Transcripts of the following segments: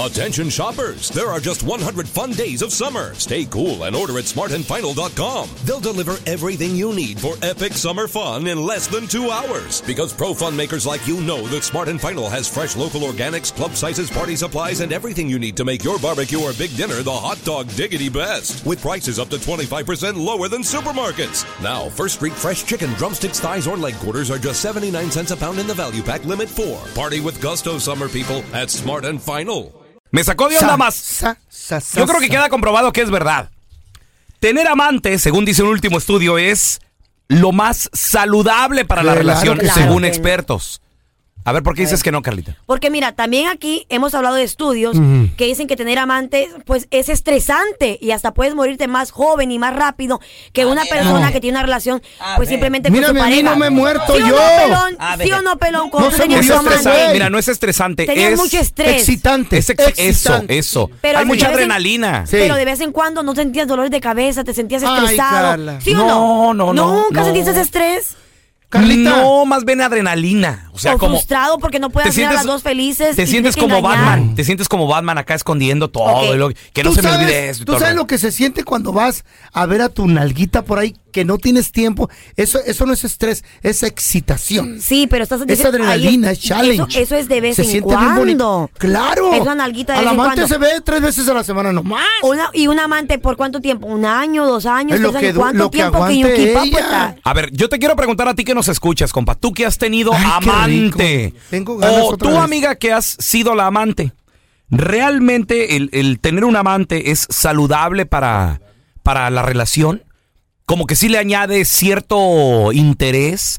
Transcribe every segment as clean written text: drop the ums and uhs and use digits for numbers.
Attention shoppers, there are just 100 fun days of summer. Stay cool and order at smartandfinal.com. They'll deliver everything you need for epic summer fun in less than 2 hours. Because pro fun makers like you know that Smart & Final has fresh local organics, club sizes, party supplies, and everything you need to make your barbecue or big dinner the hot dog diggity best. With prices up to 25% lower than supermarkets. Now, First Street fresh chicken, drumsticks, thighs, or leg quarters are just 79 cents a pound in the value pack, limit 4. Party with gusto, summer people, at Smart & Final. Me sacó de onda más. Yo creo que queda comprobado que es verdad. Tener amantes, según dice un último estudio, es lo más saludable para la relación, según expertos. A ver, ¿por qué dices que no, Carlita? Porque mira, también aquí hemos hablado de estudios que dicen que tener amantes, pues, es estresante y hasta puedes morirte más joven y más rápido que una persona que tiene una relación, pues, simplemente con su pareja. Mírame, a mí no me he muerto yo. ¿Sí o no, pelón? Cuando No tenías es tu amante. estresante. Mira, no es estresante. Tenías es mucho estrés. Excitante. Eso. Pero hay mucha de vez en- adrenalina. Sí. Pero de vez en cuando no sentías dolores de cabeza, te sentías estresado. Carla. ¿Sí o no? No. ¿Nunca sentiste ese estrés? Carlita. No, más bien adrenalina. O sea, O como frustrado porque no puedes hacer a las dos felices. Te y sientes tienes que como engañar. Batman. Te sientes como Batman acá escondiendo todo. Ok. Y que no se me olvide eso. y ¿Tú todo. sabes lo que se siente cuando vas a ver a tu nalguita por ahí que no tienes tiempo? Eso no es estrés, es excitación. Sí, pero estás Es adrenalina, es challenge. Eso es de vez se en siente bien bonito. cuando. Claro. Es una nalguita de Al vez en amante cuando. se ve 3 veces a la semana nomás. ¿Y un amante por cuánto tiempo? ¿1 año, 2 años? Es lo 3 que años? du- ¿Cuánto lo que tiempo aguante you keep up with ella. that? A ver, yo te quiero preguntar a ti que nos escuchas, compa. Tú que has tenido Ay, qué amante. rico. Tengo ganas O otra tú, vez. amiga, que has sido la amante. ¿Realmente el tener un amante es saludable para la relación? Como que sí le añade cierto interés.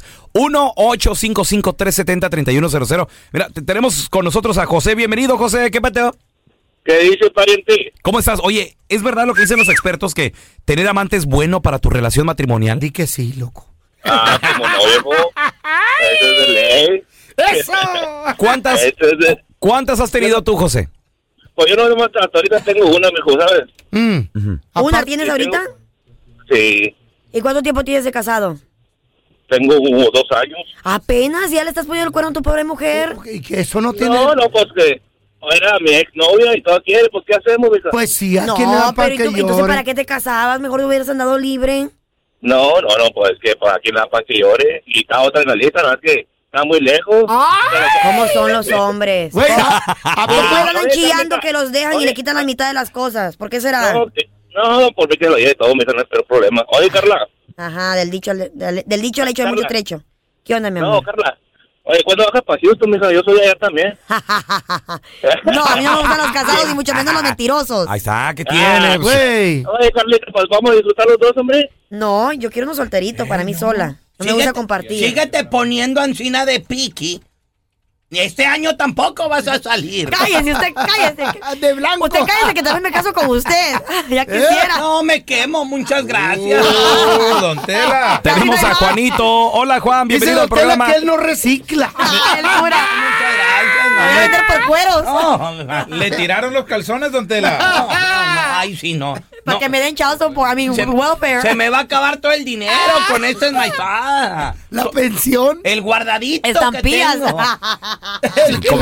1-855-370-3100. Mira, tenemos con nosotros a José. Bienvenido, José. ¿Qué pateo? ¿Qué dice, pariente? ¿Cómo estás? Oye, ¿es verdad lo que dicen los expertos que tener amante es bueno para tu relación matrimonial? Di que sí, loco. Como no, viejo. Eso es de ley. ¡Eso! ¿Cuántas has tenido tú, José? Pues yo no nomás hasta ahorita tengo una, mijo, ¿sabes? ¿Una Aparte- tienes ahorita? Sí, ¿Y cuánto tiempo tienes de casado? tengo como 2 años. Apenas, ya le estás poniendo el cuerno a tu pobre mujer. Y que eso no tiene... No, pues que era mi exnovia y todo quiere, pues ¿qué hacemos, mija? Pues sí, ¿a No, quién le dan para pero que entonces llore? ¿para qué te casabas? Mejor hubieras andado libre. No, pues que pues aquí la para que llore. Y está otra en la lista, ¿no? Es que está muy lejos. ¿Cómo son los hombres? Güey, ¿Cómo? ¿a ¿Por qué poco? andan Oye, chillando Carlita, que los dejan y oye. le quitan la mitad de las cosas? ¿Por qué será? No, por mí que lo lleve todo, mija, no es problema. Oye, Carla. Ajá, del dicho al hecho hay Carla. mucho trecho. ¿Qué onda, mi No, amor? Carla. Oye, ¿cuándo bajas para Houston, mija? Yo soy allá también. No, a mí no me gustan los casados y mucho menos los mentirosos. Ahí está, ¿qué tienes? Güey. Oye, Carlita, pues vamos a disfrutar los dos, hombre. No, yo quiero uno solterito para mí sola. No me gusta compartir. Síguete poniendo encina de piqui. Este año tampoco vas a salir. Cállese, usted cállese. De blanco. Usted cállese que también me caso con usted. Ya quisiera. No me quemo, muchas gracias. Don Tela. Tenemos a Juanito. Hola, Juan, Dice bienvenido al Don Tela programa. que él no recicla. El cura. Muchas gracias. Me voy a vender por cueros. ¿Le tiraron los calzones, don Tela? No, ay, sí, no. Para que me den chauzo por welfare. Se me va a acabar todo el dinero con esta enmaizada. La pensión. El guardadito Estampillas. que tengo. Como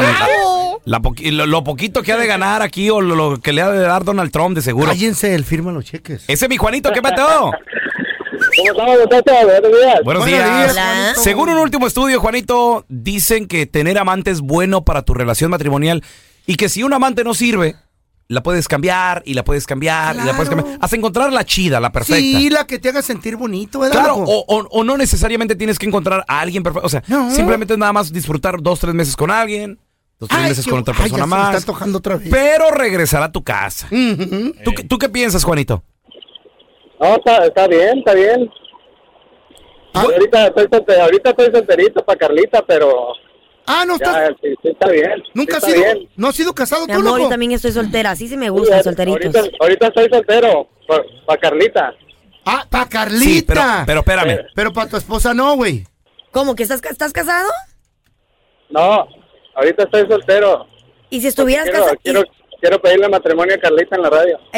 lo poquito que ha de ganar aquí o lo que le ha de dar Donald Trump, de seguro. Cállense, él firma los cheques. Ese es mi Juanito, ¿qué pasó? ¿Cómo estamos, muchachos? Buenos días. Buenos Buenos días. días, Hola. Juanito. Según un último estudio, Juanito, dicen que tener amante es bueno para tu relación matrimonial y que si un amante no sirve, la puedes cambiar y la puedes cambiar y la puedes cambiar hasta encontrar la chida, la perfecta. Sí, la que te haga sentir bonito, ¿verdad? Claro, loco? o no necesariamente tienes que encontrar a alguien perfecto. O sea, No. simplemente es nada más disfrutar 2-3 meses con alguien, 2-3 meses con otra persona ya se me más. está antojando otra vez. Pero regresar a tu casa. Ujú. ¿Tú qué piensas, Juanito? No, está bien, está bien. Ah. Ahorita estoy solterito para Carlita, pero Ah, no ya, estás. sí, está bien. ¿Nunca has sí, sido? está bien. ¿No has sido casado Mi tú, amor, loco? yo también estoy soltera. Así sí me gustan solteritos. Ahorita estoy soltero para Carlita. Ah, para Sí, Carlita. pero espérame. Pero para tu esposa no, güey. ¿Cómo? ¿Que estás casado? No, ahorita estoy soltero. ¿Y si estuvieras casado? Quiero pedirle matrimonio a Carlita en la radio. A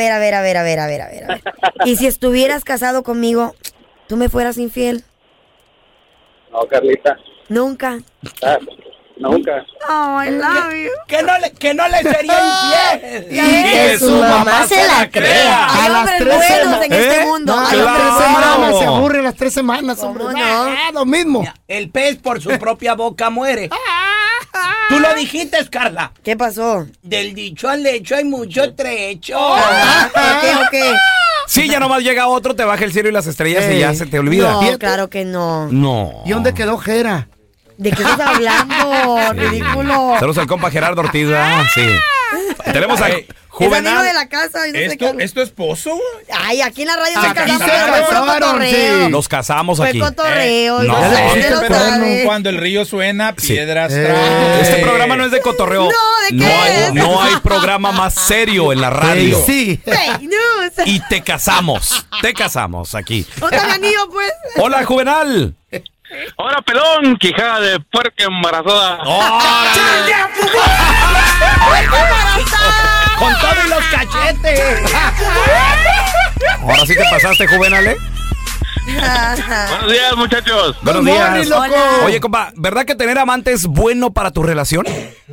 ver. ¿Y si estuvieras casado conmigo, tú me fueras infiel? No, Carlita. Nunca. Ah, Nunca. Oh, I love you. Que no le sería infiel. Y que su mamá se la crea. Hay A las hombres 3 buenos semanas. en este mundo. No, a Hay las hombres 3 semanas buenos. se aburre, las 3 semanas, hombre. ¿Cómo no? Lo mismo. Mira, el pez por su propia boca muere. Tú lo dijiste, Carla. ¿Qué pasó? Del dicho al hecho hay mucho trecho. Ok. Sí, ya nomás llega otro, te baja el cielo y las estrellas y ya se te olvida. No, claro que no. No. ¿Y dónde quedó Jera? ¿De qué estás hablando? Ridículo. Saludos al compa Gerardo Ortiz, ¿verdad? Sí. Tenemos a Es amigo Juvenal. de la casa. Y no sé qué. ¿Es tu esposo? Ay, aquí en la radio Se se casamos. casaron, Fue puro cotorreo. Nos casamos Fue aquí. cotorreo. No. la gente lo Pero sabe. cuando el río suena, Sí. piedras Eh. trae. Este programa no es de cotorreo. No, ¿de qué es? No hay programa más serio en la radio. Sí. Fake news. Y te casamos aquí. Otra mi anillo, pues. Hola, Juvenal. Ahora, pelón, quijada de puerca embarazada. Con todo y los cachetes. Ahora sí te pasaste, Juvenal, ¿eh? Buenos días, muchachos. Buenos Good morning, días. loco. Hola. Oye, compa, ¿verdad que tener amante es bueno para tu relación?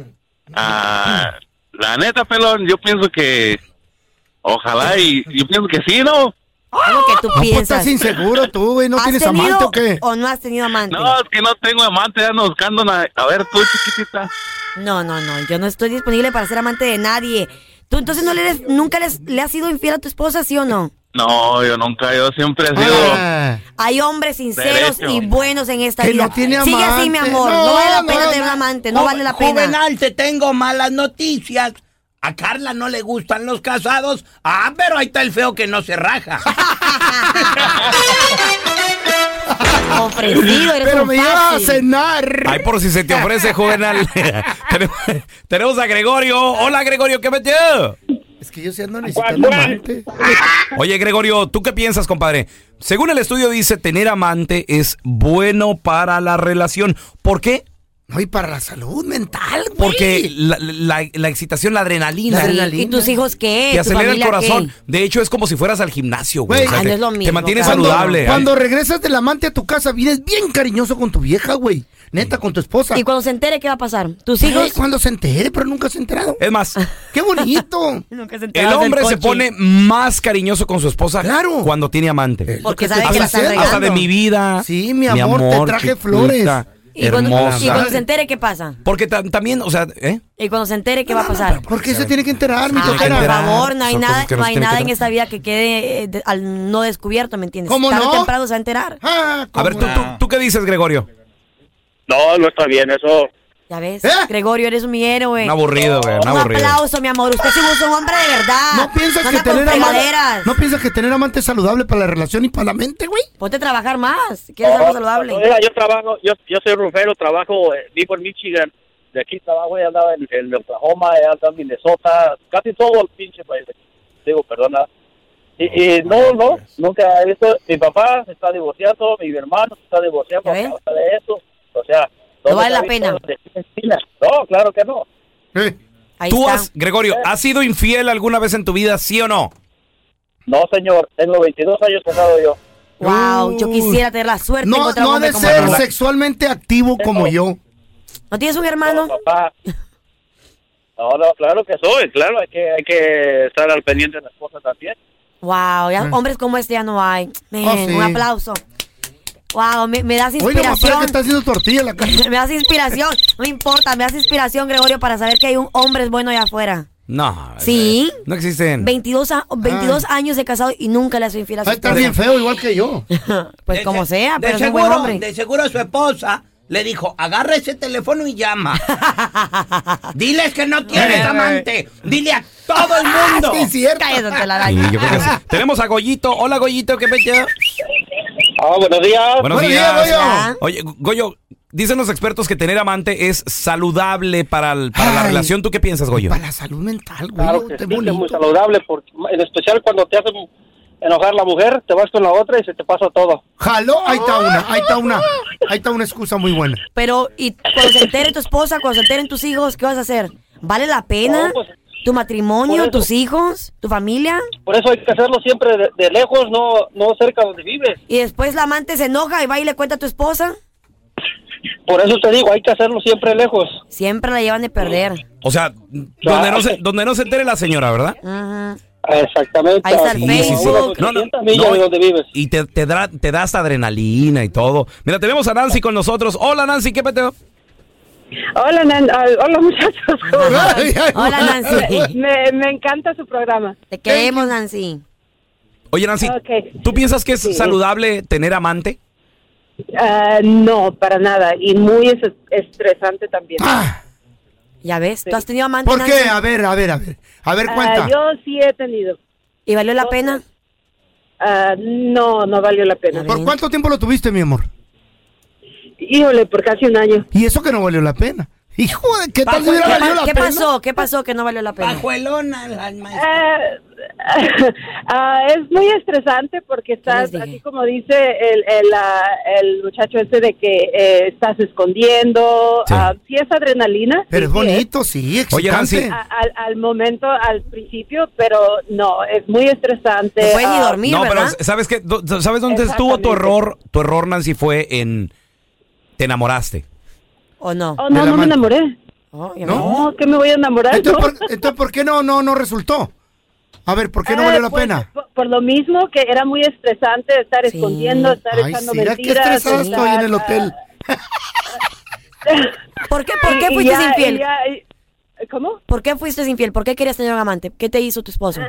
La neta, pelón, yo pienso que ojalá y yo pienso que sí, ¿no? ¿Cómo que tú ¿A poco piensas? estás inseguro tú, güey? ¿No ¿Has tienes tenido amante o qué? o no has tenido amante? No, es que no tengo amante, ando buscando una... A ver, tú, chiquitita. No, yo no estoy disponible para ser amante de nadie. ¿Tú entonces nunca le has sido infiel a tu esposa, sí o no? No, yo nunca, yo siempre he sido... Ah, Hay hombres sinceros Derecho. y buenos en esta Que vida. no tiene Sigue así, amante. mi amor. No, No, vale la no, pena no. tener un amante. No vale la pena. Juvenal, te tengo malas noticias. A Carla no le gustan los casados. Ah, pero ahí está el feo que no se raja. Ofrecido, eres Pero un me lleva a fácil. cenar. Ay, por si se te ofrece, Juvenal. Tenemos a Gregorio. Hola, Gregorio, ¿qué metió? Es que yo sí ando necesitando amante. Oye, Gregorio, ¿tú qué piensas, compadre? Según el estudio dice, tener amante es bueno para la relación. ¿Por qué? No, y para la salud mental, güey. Porque la excitación, la adrenalina, La adrenalina. ¿Y tus hijos qué? te ¿Tu acelera el familia corazón. qué? De hecho, es como si fueras al gimnasio, güey. Güey, no es lo te mismo, mantienes cabrón. saludable. Cuando regresas del amante a tu casa, vienes bien cariñoso con tu vieja, güey. Neta, con tu esposa. Y cuando se entere, ¿qué va a pasar? ¿Tus Ay, hijos? cuando se entere, pero nunca se ha enterado. Es más, ¡Qué bonito! Nunca se el enteraron del hombre se coche. pone más cariñoso con su esposa Claro. cuando tiene amante. Porque Lo sabe que la estoy están haciendo. Hasta de regando. mi vida. Sí, mi amor, te traje chiquita, flores. Y cuando Hermosa. se entere, ¿qué pasa? Porque también, o sea, ¿eh? Y cuando se entere, ¿qué va a pasar? ¿Por qué se tiene que enterar, mi Ay, por toquera? favor, no hay Son nada, cosas que no nos hay tienen nada que en dar. esta vida que quede al no descubierto, ¿me entiendes? ¿Cómo Tarde o no? temprano se va a enterar. Ah, A ver, ¿tú qué dices, Gregorio? No, no está bien eso. Ya ves, ¿Eh? Gregorio, eres mi héroe. Un aburrido, güey, un Un aburrido. aplauso, mi amor. Usted sí es un hombre de verdad. ¿No piensas No que anda con tener amante, fregaderas. no piensas que tener amante es saludable para la relación y para la mente, güey? Ponte a trabajar más. ¿Quieres algo saludable? Oiga, yo trabajo, yo soy rufero, trabajo, vivo en Michigan. De aquí trabajo, he andado en Oklahoma, he andado en Minnesota, casi todo el pinche país. Digo, perdona. Y no, nunca he visto. Mi papá se está divorciando, mi hermano se está divorciando ¿Ya a ves? causa de eso. O sea, No vale la he visto pena. de China. No, claro que no. Ahí ¿Tú está. Gregorio, has sido infiel alguna vez en tu vida, sí o no? No, señor, tengo 22 años casado yo. Wow, yo Uy. quisiera tener la suerte de No, encontrar un no ha hombre de como ser tú. sexualmente activo como yo. ¿No tienes un hermano? No, papá. No, claro que soy, claro, hay que estar al pendiente de la esposa también. Wow, ya, hombres como este ya no hay. Man, Oh, sí. un aplauso. Wow, me das Oye, papá, que inspiración. está haciendo tortilla en la casa. Me das inspiración. No importa, me das inspiración, Gregorio, para saber que hay un hombre bueno allá afuera. No. Sí. No existen. 22 años de casado y nunca le has infiel a su Ah, está esposa. bien feo, igual que yo. Pues De como se- sea, de pero es un seguro, buen hombre. De seguro su esposa le dijo, agarra ese teléfono y llama. Diles que no tienes amante. Dile a todo el mundo. Sí, cierto. Cállate, te la Sí, daño. yo creo que sí. Tenemos a Goyito. Hola, Goyito, ¿qué metió? Buenos días. Buenos Buenos días, días. Goyo. Ah. Oye, Goyo, dicen los expertos que tener amante es saludable para la Ay. relación. ¿Tú qué piensas, Goyo? Para la salud mental, güey. Claro que Qué sí, que es muy bonito. saludable, porque, en especial cuando te hacen enojar la mujer, te vas con la otra y se te pasa todo. Jaló, ahí está una excusa muy buena. Pero, y cuando se entere tu esposa, cuando se enteren tus hijos, ¿qué vas a hacer? ¿Vale la pena? No, pues, ¿Tu matrimonio, por eso. tus hijos, tu familia? Por eso hay que hacerlo siempre de lejos, no cerca donde vives. Y después la amante se enoja y va y le cuenta a tu esposa. Por eso te digo, hay que hacerlo siempre lejos. Siempre la llevan de perder. O sea, donde no se entere la señora, ¿verdad? Ajá. Exactamente. Ahí está el Facebook. No, millas de donde vives. Y te da hasta adrenalina y todo. Mira, tenemos a Nancy con nosotros. Hola, Nancy, ¿qué peteo? Hola, hola muchachos. ¿Cómo están? Hola, Nancy. Me encanta su programa. Te queremos, Nancy. Oye, Nancy, Okay. ¿tú piensas que es saludable tener amante? No, para nada. Y muy estresante también. Ya ves, ¿tú has tenido amante, ¿Por Nancy? qué? A ver, cuenta. Yo sí he tenido. ¿Y valió la pena? No valió la pena. ¿Por cuánto tiempo lo tuviste, mi amor? Híjole, por casi un año. Y eso que no valió la pena. Hijo de qué tal si hubiera valido la ¿Qué pena. pasó? ¿Qué pasó que no valió la pena? Pajuelona, la maestra. Es muy estresante porque estás, les dije? así como dice el muchacho ese de que estás escondiendo. Sí. Sí es adrenalina. Pero es sí bonito, sí, excitante. Oye, Nancy. Al momento, al principio, pero no, es muy estresante. No puedes ni dormir, No, pero ¿verdad? ¿sabes qué? ¿Sabes dónde estuvo tu error? Tu error, Nancy, fue en... Te enamoraste. ¿O no? Oh, no me enamoré. Oh, ya No, ¿qué me voy a enamorar? Entonces, ¿por qué no resultó? A ver, ¿por qué no valió la pues, pena? Por lo mismo que era muy estresante estar Sí. escondiendo, estar Ay, echando sí, qué mentiras. estresada estoy en el hotel. ¿Por qué fuiste infiel? ¿Cómo? ¿Por qué fuiste infiel? ¿Por qué querías tener un amante? ¿Qué te hizo tu esposo?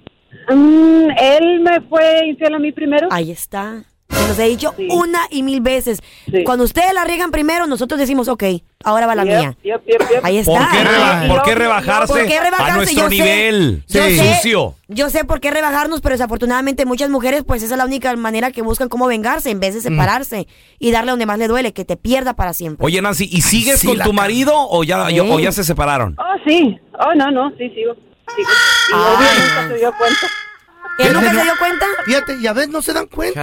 Él me fue infiel a mí primero. Ahí está. Se nos he dicho Sí. una y mil veces. Sí. Cuando ustedes la riegan primero, nosotros decimos, ok, ahora va la mía. Yep. Ahí está. ¿Por qué rebajarse, ¿Por qué rebajarse? a nuestro Yo sé, nivel yo sé. sucio? Yo sé por qué rebajarnos, pero desafortunadamente muchas mujeres, pues esa es la única manera que buscan cómo vengarse en vez de separarse y darle donde más le duele, que te pierda para siempre. Oye, Nancy, ¿y sigues Sí, con la tu ca- marido o ya se separaron? Oh, sí. Oh, no, sí, sigo. Y Ay, obvio nunca se dio cuenta. ¿Él nunca no- se dio cuenta? Fíjate, ya ves, no se dan cuenta.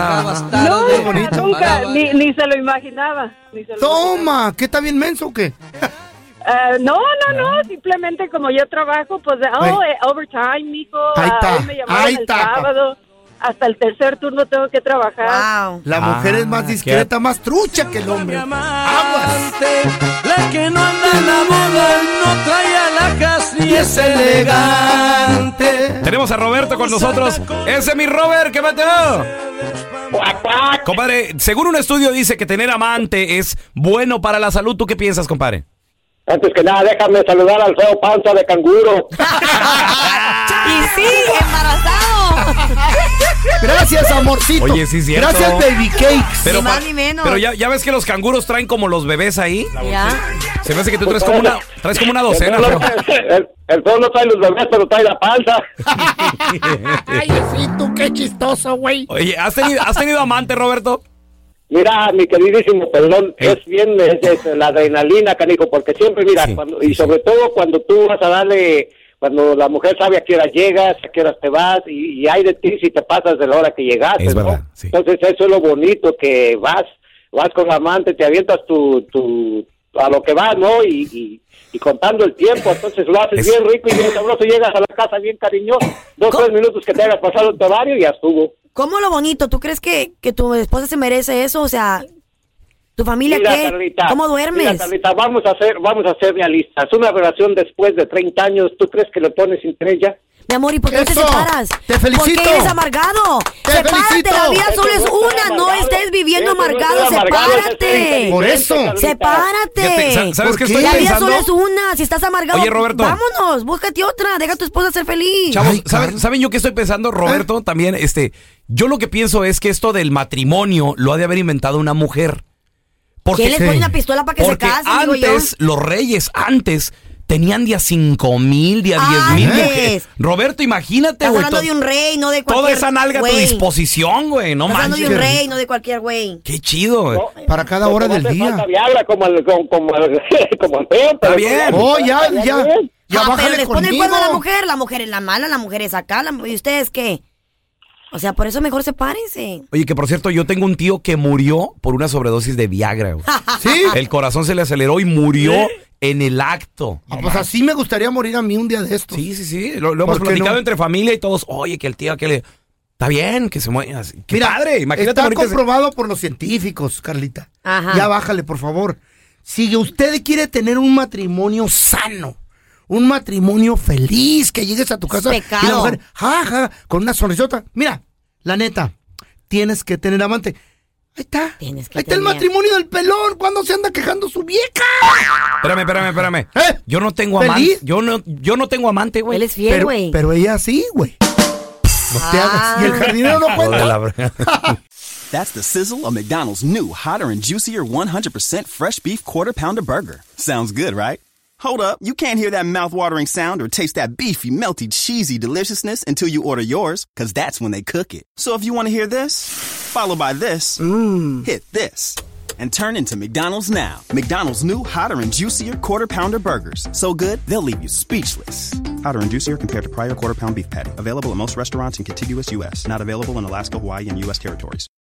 No, nunca, ni se lo imaginaba. Toma, ¿qué está bien menso o qué? No, simplemente como yo trabajo, pues, overtime, mijo. Ahí está, Hoy me llamaron ahí el está. sábado. Hasta el tercer turno tengo que trabajar. Wow. La mujer es más discreta, más trucha que el hombre. Aguas. La que no anda en la moda, no trae alhajas ni es elegante. Tenemos a Roberto con nosotros. Ese es mi Robert, ¿qué mateo? Compadre, según un estudio dice que tener amante es bueno para la salud. ¿Tú qué piensas, compadre? Antes que nada, déjame saludar al feo panza de canguro. Y sí, embarazado. Gracias, amorcito. Oye, sí es cierto. Gracias, baby cakes. Pero, Ni más ni menos. pero ya ves que los canguros traen como los bebés ahí. Ya. Se me hace que tú traes como una docena. Feo. El feo no trae los bebés, pero trae la panza. Ay, sí, tú qué chistoso, güey. Oye, ¿has tenido amante, Roberto? Mira, mi queridísimo pelón, es bien es la adrenalina, canijo, porque siempre, mira, Sí, y sobre todo cuando tú vas a darle, cuando la mujer sabe a qué hora llegas, a qué horas te vas, y hay de ti si te pasas de la hora que llegaste, Es ¿no? verdad, sí. Entonces eso es lo bonito, que vas con la amante, te avientas a lo que vas, ¿no? Y contando el tiempo, entonces lo haces bien rico y bien sabroso, llegas a la casa bien cariñoso, 3 minutos que te hagas pasar tu horario y ya estuvo. ¿Cómo lo bonito? ¿Tú crees que tu esposa se merece eso? O sea, ¿tu familia Mira, qué? Carlita, ¿Cómo duermes? Mira, Carlita, vamos a ser realistas. Una relación después de 30 años, ¿tú crees que le pones interés ya? Mi amor, ¿y por qué no te Eso, separas? te felicito. ¿Por qué eres amargado? Te Sepárate, felicito. la vida solo es Eso no una, estoy no amargado. estés viviendo Eso no amargado, estoy amargado, sepárate. Por eso. Sepárate. Fíjate, ¿sabes qué ¿Por estoy qué? La vida pensando? solo es una, si estás amargado, Oye, Roberto. vámonos, búscate otra, deja a tu esposa ser feliz. Chavos, Ay, Carlos. ¿saben yo qué estoy pensando, Roberto? También, yo lo que pienso es que esto del matrimonio lo ha de haber inventado una mujer. ¿Quién les pone una pistola para que se porque casen, digo yo? antes, los reyes, tenían día 5,000, día 10,000 Antes. mujeres. Roberto, imagínate, Estás güey. hablando de un rey, no de cualquier Toda esa nalga a tu güey. disposición, güey. No Estás hablando de un manches. rey, no de cualquier güey. Qué chido, güey. Para cada hora del No te falta día. Viagra como el feo. Está bien. Oh, ya. Ya Pero bájale les pone el conmigo. cuerno a la mujer es la mala, la mujer es acá, ¿y ustedes qué? O sea, por eso mejor sepárense. Oye, que por cierto, yo tengo un tío que murió por una sobredosis de Viagra, güey. ¿Sí? El corazón se le aceleró y murió en el acto. Ah, pues así me gustaría morir a mí un día de estos. Sí. Lo hemos ¿Por qué platicado no? entre familia y todos. Oye, que el tío, que le... Está bien que se mueva. Qué Mira, padre, imagínate. Está comprobado por los científicos, Carlita. Ajá. Ya bájale, por favor. Si usted quiere tener un matrimonio sano, un matrimonio feliz, que llegues a tu casa y la mujer, con una sonrisota. Mira, la neta, tienes que tener amante. Ahí está. Ahí está el matrimonio del pelón. ¿Cuándo se anda quejando su vieja? Espérame. Yo no tengo amante. Yo no tengo amante, güey. Él es fiel, güey. Pero ella sí, güey. No te hagas. Y el jardinero no cuenta. That's the sizzle of McDonald's new hotter and juicier 100% fresh beef Quarter Pounder burger. Sounds good, right? Hold up, you can't hear that mouth-watering sound or taste that beefy, melty, cheesy deliciousness until you order yours, because that's when they cook it. So if you want to hear this, followed by this, hit this, and turn into McDonald's now. McDonald's new hotter and juicier Quarter Pounder burgers. So good, they'll leave you speechless. Hotter and juicier compared to prior Quarter Pound beef patty. Available at most restaurants in contiguous U.S. Not available in Alaska, Hawaii, and U.S. territories.